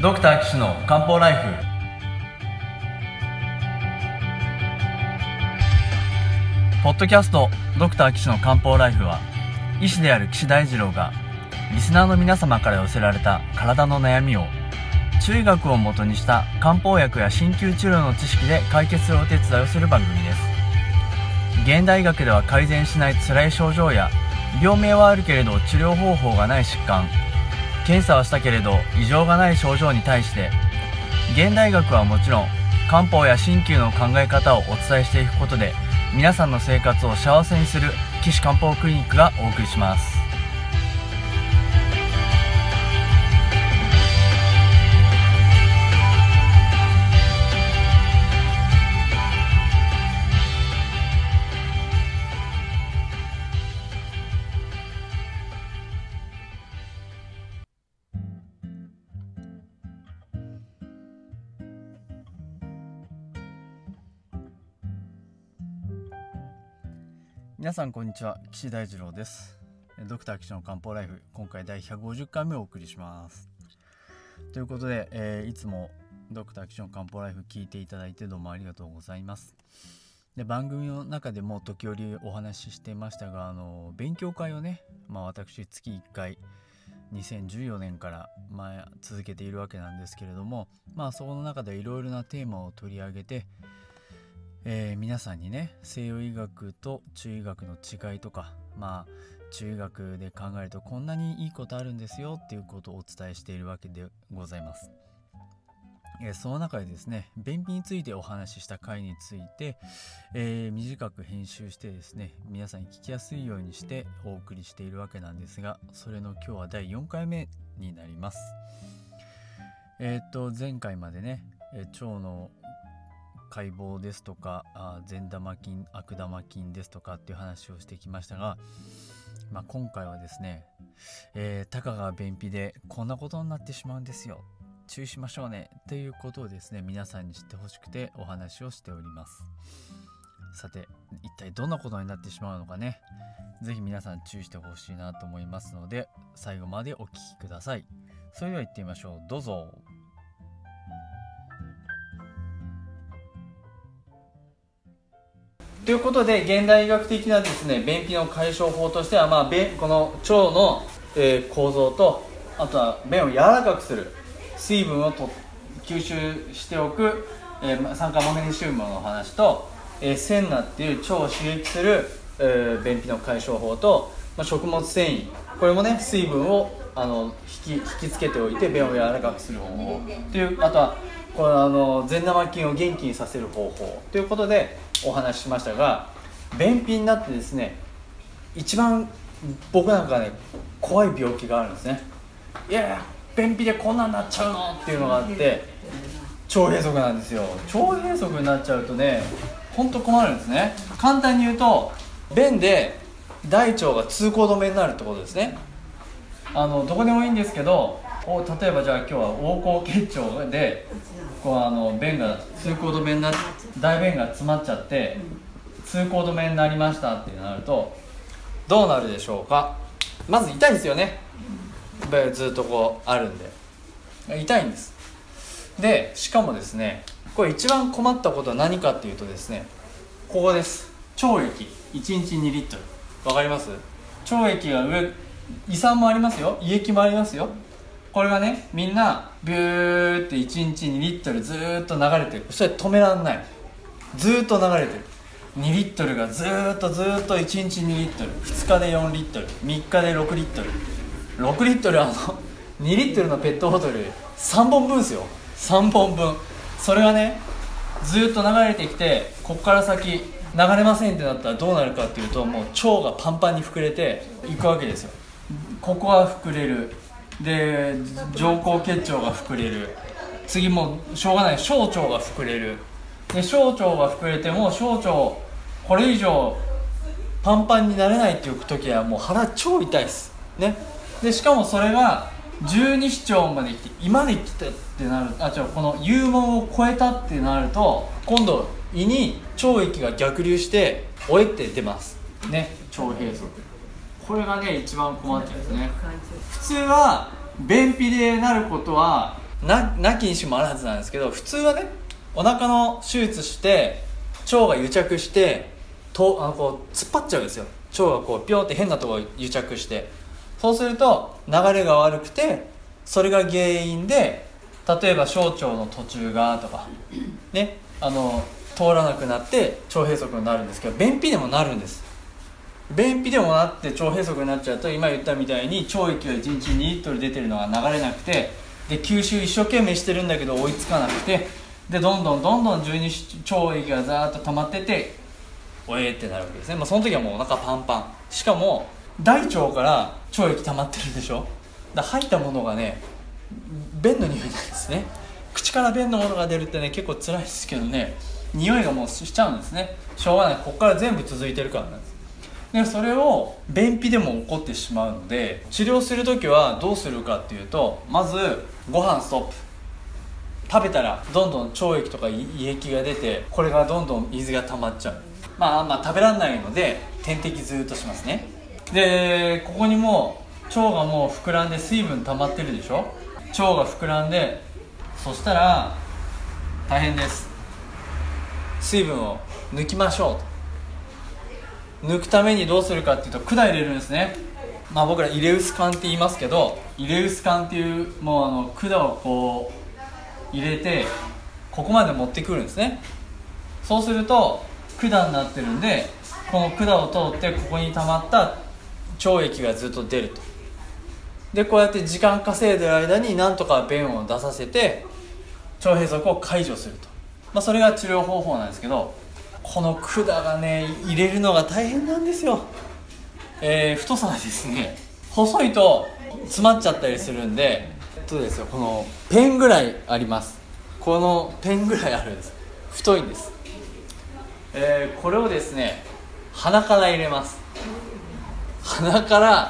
ドクター岸の漢方ライフ。ポッドキャストドクター岸の漢方ライフは、医師である岸大二郎がリスナーの皆様から寄せられた体の悩みを中医学をもとにした漢方薬や鍼灸治療の知識で解決するお手伝いをする番組です。現代医学では改善しない辛い症状や、病名はあるけれど治療方法がない疾患、検査はしたけれど異常がない症状に対して、現代医学はもちろん漢方や鍼灸の考え方をお伝えしていくことで、皆さんの生活を幸せにする岸漢方クリニックがお送りします。皆さんこんにちは、岸大二郎です。ドクター岸の漢方ライフ、今回第150回目をお送りします。ということで、いつもドクター岸の漢方ライフ聞いていただいてどうもありがとうございます。で、番組の中でも時折お話ししていましたが、勉強会をね、私月1回2014年から続けているわけなんですけれども、その中でいろいろなテーマを取り上げて、皆さんにね、西洋医学と中医学の違いとか、中医学で考えるとこんなにいいことあるんですよっていうことをお伝えしているわけでございます。その中でですね、便秘についてお話しした回について、短く編集してですね、皆さんに聞きやすいようにしてお送りしているわけなんですが、それの今日は第4回目になります。前回までね、腸の解剖ですとか善玉菌悪玉菌ですとかっていう話をしてきましたが、今回はですね、たかが便秘でこんなことになってしまうんですよ、注意しましょうねということをですね、皆さんに知ってほしくてお話をしております。さて、一体どんなことになってしまうのかね、ぜひ皆さん注意してほしいなと思いますので、最後までお聞きください。それでは行ってみましょう。どうぞ。ということで、現代医学的なですね、便秘の解消法としては、この腸の、構造と、あとは便を柔らかくする水分を吸収しておく、酸化マグネシウムの話と、センナっていう腸を刺激する、便秘の解消法と、食物繊維、これもね、水分を引きつけておいて便を柔らかくする方法という、あとはこの善玉菌を元気にさせる方法ということでお話ししましたが、便秘になってですね、一番僕なんかね、怖い病気があるんですね。いやいや、便秘でこんなんなっちゃうのっていうのがあって、腸閉塞なんですよ。腸閉塞になっちゃうとね、ほんと困るんですね。簡単に言うと、便で大腸が通行止めになるってことですね。どこでもいいんですけど、例えばじゃあ今日は横行結腸で便が通行止めになって、大便が詰まっちゃって通行止めになりましたってなるとどうなるでしょうか。まず痛いんですよね。ずっとこうあるんで痛いんです。でしかもですね、これ一番困ったことは何かっていうとですね、ここです。腸液1日2リットル、わかります？腸液が胃酸もありますよ、胃液もありますよ。これがね、みんなビューって1日2リットルずーっと流れてる。それ止めらんない。ずーっと流れてる。2リットルがずーっと1日2リットル、2日で4リットル、3日で6リットル。6リットル2リットルのペットボトル3本分ですよ。3本分。それがね、ずーっと流れてきて、ここから先流れませんってなったらどうなるかっていうと、もう腸がパンパンに膨れていくわけですよ。ここは膨れる。で、上行結腸が膨れる。次もうしょうがない、小腸が膨れる。で、小腸が膨れても小腸これ以上パンパンになれないっていう時はもう腹超痛いですね。でしかもそれが十二指腸まで来て胃まで来たってなる、この幽門を超えたってなると、今度胃に腸液が逆流しておえって出ますね。腸閉塞、これがね一番困っちゃうんですね。普通は便秘でなることはなきにしもあらずなんですけど、普通はねお腹の手術して腸が癒着してこう突っ張っちゃうんですよ。腸がこうピョーって変なところに癒着して、そうすると流れが悪くて、それが原因で例えば小腸の途中がとかね、通らなくなって腸閉塞になるんですけど、便秘でもなるんです。便秘でもなって腸閉塞になっちゃうと、今言ったみたいに腸液が1日2リットル出てるのが流れなくて、で吸収一生懸命してるんだけど追いつかなくて、でどんどん腸液がザーッと溜まってておえってなるわけですね。その時はもうお腹パンパン、しかも大腸から腸液溜まってるでしょ。吐いたものがね便の匂いなんですね。口から便のものが出るってね結構辛いですけどね、匂いがもうしちゃうんですね。しょうがない、ここから全部続いてるからなんです。でそれを便秘でも起こってしまうので、治療するときはどうするかっていうと、まずご飯ストップ。食べたらどんどん腸液とか胃液が出て、これがどんどん水が溜まっちゃう。食べられないので点滴ずっとしますね。でここにも腸がもう膨らんで水分溜まってるでしょ。腸が膨らんで、そしたら大変です。水分を抜きましょうと。抜くためにどうするかっていうと管入れるんですね。僕らイレウス管って言いますけど、イレウス管っていうもう管をこう入れてここまで持ってくるんですね。そうすると管になってるんで、この管を通ってここに溜まった腸液がずっと出ると。でこうやって時間稼いでる間になんとか便を出させて腸閉塞を解除すると、それが治療方法なんですけど、この管がね入れるのが大変なんですよ。太さがですね細いと詰まっちゃったりするんで、ですよ、このペンぐらいあります。このペンぐらいあるんです。太いんです。これをですね鼻から入れます。鼻から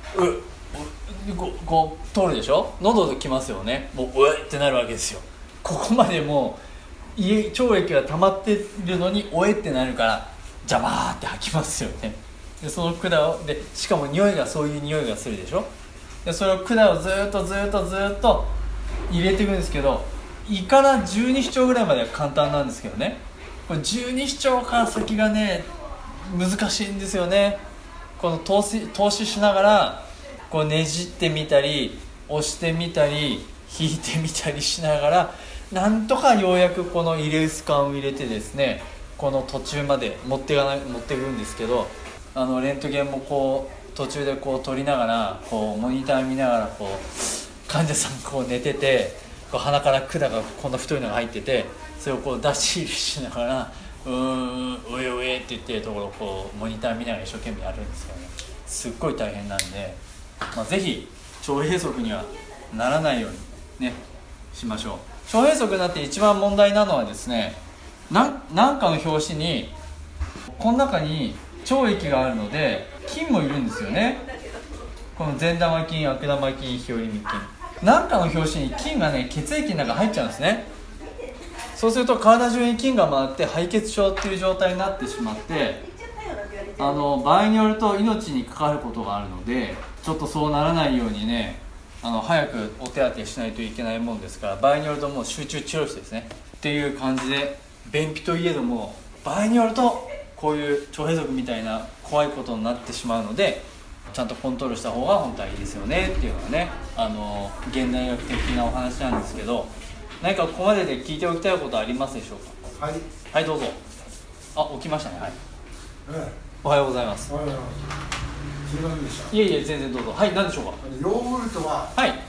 こう通るでしょ。喉できますよね。もうってなるわけですよ。ここまでもう腸液が溜まってるのにおえってなるからジャバーって吐きますよね。でその管をでしかもそういう匂いがするでしょ。でそれを管をずっと入れていくんですけど、胃から十二指腸ぐらいまでは簡単なんですけどね、これ十二指腸から先がね難しいんですよね。この投資しながらこうねじってみたり押してみたり引いてみたりしながら、なんとかようやくこのイレウス管を入れてですね、この途中まで持っていくんですけど、レントゲンもこう途中でこう撮りながらこうモニター見ながらこう患者さんこう寝てて、こう鼻から管がこんな太いのが入ってて、それをこう出し入れしながらうえって言ってるところをこうモニター見ながら一生懸命やるんですよね。すっごい大変なんで、ぜひ腸閉塞にはならないようにねしましょう。腸閉塞になって一番問題なのはですね、なんかの表紙にこの中に腸液があるので菌もいるんですよね。この善玉菌、悪玉菌、日和見菌、なんかの表紙に菌がね血液の中に入っちゃうんですね。そうすると体中に菌が回って敗血症っていう状態になってしまって、場合によると命に関わることがあるので、ちょっとそうならないようにね早くお手当てしないといけないもんですから、場合によるともう集中治療室ですねっていう感じで、便秘といえども場合によるとこういう腸閉塞みたいな怖いことになってしまうので、ちゃんとコントロールした方が本当はいいですよねっていうのはね現代学的なお話なんですけど、何かここまでで聞いておきたいことありますでしょうか。はい、どうぞ。起きましたね。はい、おはようございます。 すみませんでした。 いえ全然どうぞ。はい、何でしょうか。 ヨーグルトは、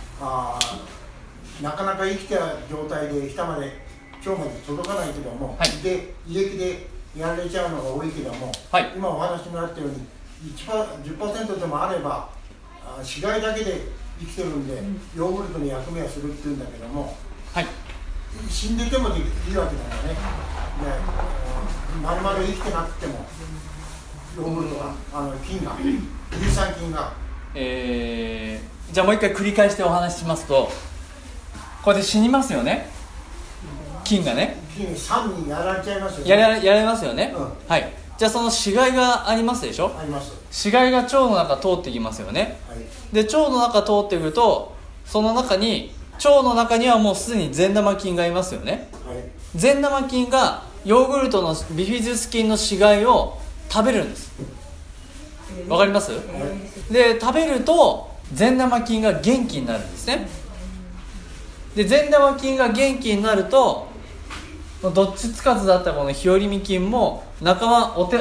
なかなか生きた状態で下まで腸まで届かないけども、で胃液でやられちゃうのが多いけども、今お話にあったように 10% でもあれば死骸だけで生きてるんで、ヨーグルトの役目はするっていうんだけども、死んでてもいいわけなんだね。まるまる生きてなくてもヨーグルトが菌が乳酸菌が、 じゃあもう一回繰り返してお話ししますと、これで死にますよね、菌がね。 酸にやられちゃいますよね。やられますよね、はい。じゃあその死骸がありますでしょ。 あります。 死骸が腸の中通ってきますよね、で腸の中通ってくると、その中に腸の中にはもうすでに善玉菌がいますよね、はい、善玉菌がヨーグルトのビフィズス菌の死骸を食べるんです。わかります？で食べると善玉菌が元気になるんですね。で善玉菌が元気になるとどっちつかずだったこの日和見菌も仲間お助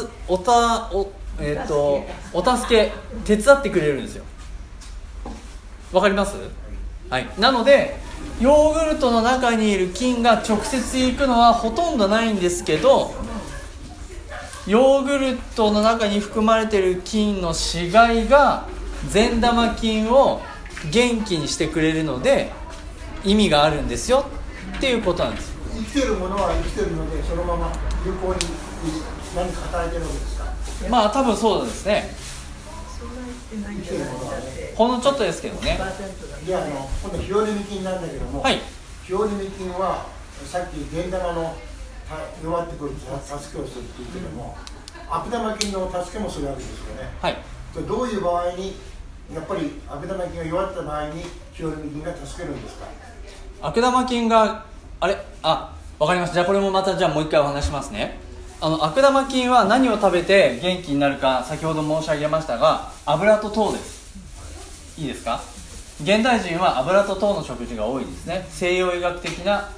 け手伝ってくれるんですよ。わかります？はい、なのでヨーグルトの中にいる菌が直接行くのはほとんどないんですけど、ヨーグルトの中に含まれている菌の死骸が善玉菌を元気にしてくれるので意味があるんですよっていうことなんです。 生きてるものは生きてるのでそのまま有効に何か働いてるわけですか？ まあ多分そうですね。ほんのちょっとですけどね。 で今度日和見菌なんだけども、はい、日和見菌はさっき善玉の弱ってくる助けをするって言ってるけども、悪玉菌の助けもするわけですよね。はい、どういう場合にやっぱり悪玉菌が弱った場合に日和見菌が助けるんですか？ 悪玉菌がわかりました。じゃあこれもまたもう一回お話しますね。悪玉菌は何を食べて元気になるか先ほど申し上げましたが、油と糖です。いいですか？現代人は油と糖の食事が多いですね。西洋的な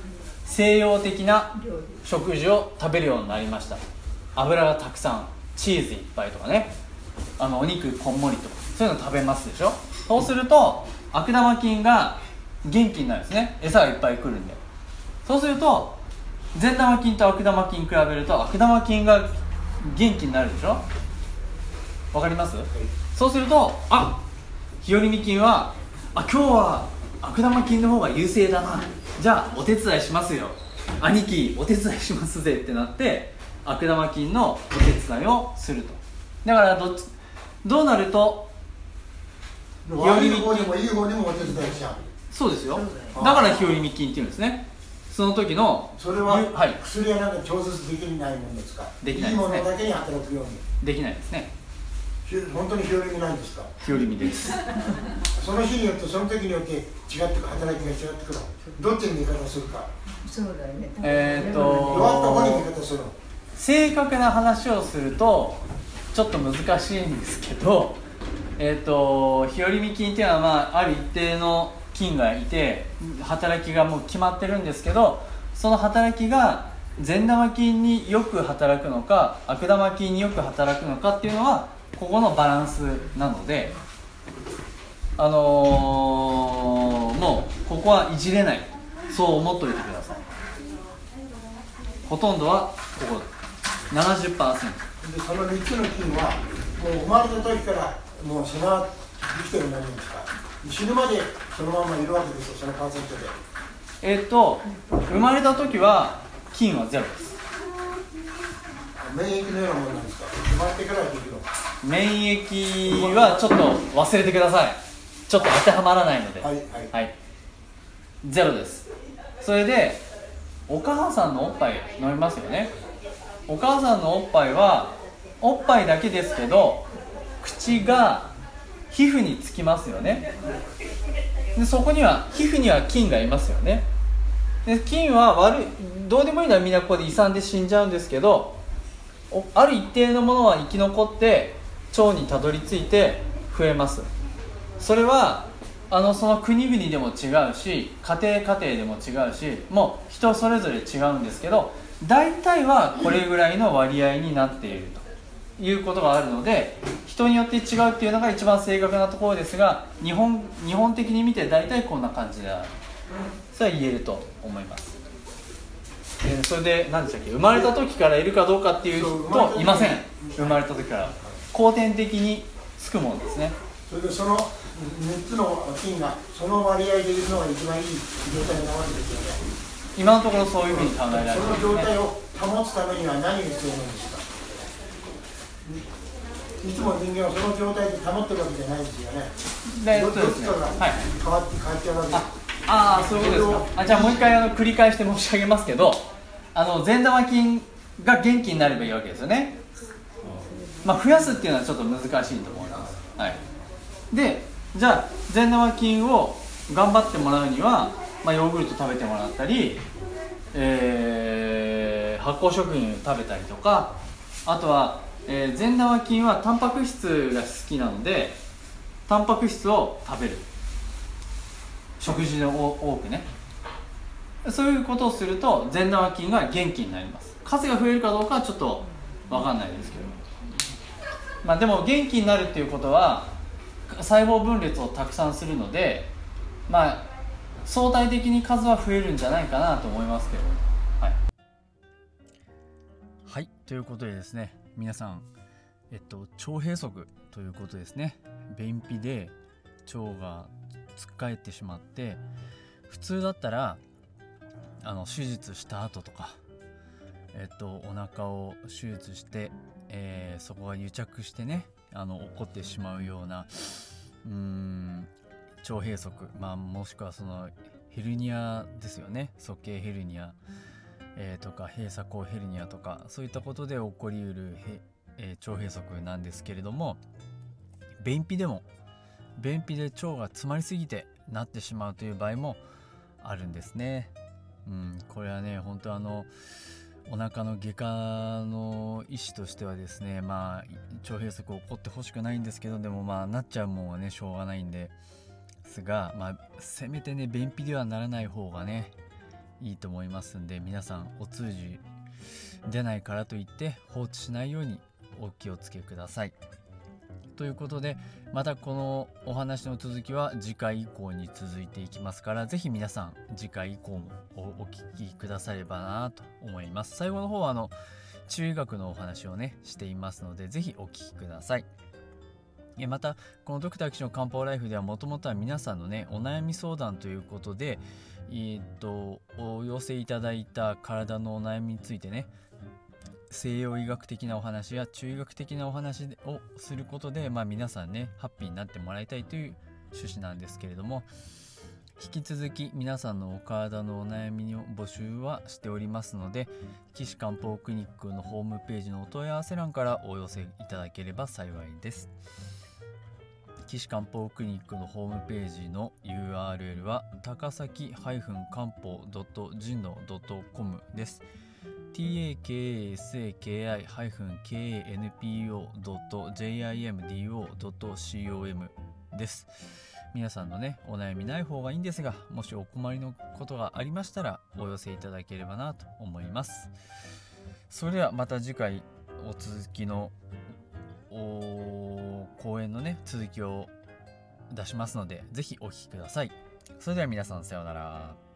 食事を食べるようになりました。油がたくさん、チーズいっぱいとかね、お肉こんもりとかそういうの食べますでしょ。そうすると悪玉菌が元気になるんですね。餌がいっぱい来るんで。そうすると善玉菌と悪玉菌比べると悪玉菌が元気になるでしょ。わかります？そうすると日和見菌は今日は悪玉菌の方が優勢だな、じゃあお手伝いしますよ、兄貴お手伝いしますぜってなって悪玉菌のお手伝いをすると。だからどうなると悪い方にもいい方にもお手伝いしちゃう。 そうですよ。だから日和見菌っていうんですね。その時のそれは薬はなんか調節できないものですか？ できないですね。 いいものだけに働くようにできないですね。 本当に日和見なんですか？ 日和見ですその日によってその時によって違って働きが違ってくる。どっちに味方するか。そうだよね。弱った方に味方する。 正確な話をするとちょっと難しいんですけど、日和見菌っていうのは、ある一定の菌がいて働きがもう決まってるんですけど、その働きが善玉菌によく働くのか悪玉菌によく働くのかっていうのはここのバランスなので、もうここはいじれない、そう思っておいてください。ほとんどはここ 70%。 でその3つの菌はもう生まれた時からもう備わって生きてるものですか？死ぬまでそのままいるわけですよ、そのパーセントで。 生まれた時は菌はゼロです。 免疫のようなものなんですか？生まれてからできるの？ 免疫はちょっと忘れてください。ちょっと当てはまらないので、はい、ゼロです。それでお母さんのおっぱい飲みますよね。お母さんのおっぱいはおっぱいだけですけど口が皮膚につきますよね。でそこには皮膚には菌がいますよね。で菌はどうでもいいのはみんなここで胃酸で死んじゃうんですけど、ある一定のものは生き残って腸にたどり着いて増えます。それはその国々でも違うし家庭でも違うし、もう人それぞれ違うんですけど大体はこれぐらいの割合になっているということがあるので、人によって違うっていうのが一番正確なところですが、日本的に見て大体こんな感じである、それは言えると思います。それで何でしたっけ、生まれた時からいるかどうかっていうといません。生まれた時から後天的につくものですね。 それでその3つの菌がその割合でいるのが一番いい状態なわけですよね。 今のところそういうふうに考えられますね。 その状態を保つためには何が必要なんですか？いつも人間はその状態で保ってるわけじゃないですよね。どっちかが変わっちゃうわけです。 そういうことですか。じゃあもう一回繰り返して申し上げますけど、善玉菌が元気になればいいわけですよね。増やすっていうのはちょっと難しいと思います。でじゃあ善玉菌を頑張ってもらうには、ヨーグルト食べてもらったり、発酵食品を食べたりとか、あとは、善玉菌はタンパク質が好きなのでタンパク質を食べる、食事の多くね。そういうことをすると善玉菌が元気になります。数が増えるかどうかはちょっと分かんないですけど、でも元気になるっていうことは細胞分裂をたくさんするので、相対的に数は増えるんじゃないかなと思いますけど、はい、ということでですね、皆さん、腸閉塞ということですね。便秘で腸がつっかえってしまって、普通だったら手術した後とか、お腹を手術して、そこが癒着してね、起こってしまうような腸閉塞、もしくはそのヘルニアですよね。鼠径ヘルニア、とか閉鎖口ヘルニアとか、そういったことで起こりうる腸閉塞なんですけれども、便秘で腸が詰まりすぎてなってしまうという場合もあるんですね。これはね、本当お腹の外科の医師としてはですね、腸閉塞起こってほしくないんですけど、でもなっちゃうもんはねしょうがないんですが、せめてね便秘ではならない方がねいいと思いますんで、皆さんお通じ出ないからといって放置しないようにお気をつけください。ということで、またこのお話の続きは次回以降に続いていきますから、ぜひ皆さん次回以降もお聞きくださればなと思います。最後の方は中医学のお話をねしていますので、ぜひお聞きください。またこのドクター岸の漢方ライフでは、もともとは皆さんのねお悩み相談ということで、お寄せいただいた体のお悩みについてね、西洋医学的なお話や中医学的なお話をすることで、皆さんねハッピーになってもらいたいという趣旨なんですけれども、引き続き皆さんのお体のお悩みを募集はしておりますので、岸漢方クリニックのホームページのお問い合わせ欄からお寄せいただければ幸いです。岸漢方クリニックのホームページの URL は高崎漢方.jino.com です。takasaki-kanpo.jimdo.com です。皆さんのねお悩みない方がいいんですが、もしお困りのことがありましたらお寄せいただければなと思います。それではまた次回お続きの講演のね続きを出しますので、ぜひお聞きください。それでは皆さん、さようなら。